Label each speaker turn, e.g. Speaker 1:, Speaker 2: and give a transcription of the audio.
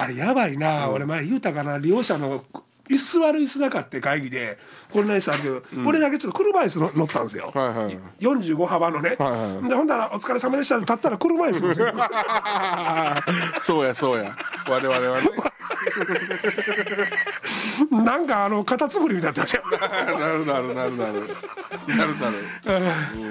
Speaker 1: あれやばいな、俺前言うたかな、利用者の椅子悪い椅子なかって会議でこんな椅子あるけど、俺だけちょっと車椅子乗ったんですよ、45幅のね、でほんだら「お疲れ様でした」って立ったら車椅子ですよ
Speaker 2: そうや我々はね
Speaker 1: なんかカタツムリみたいになってましたよ
Speaker 2: なる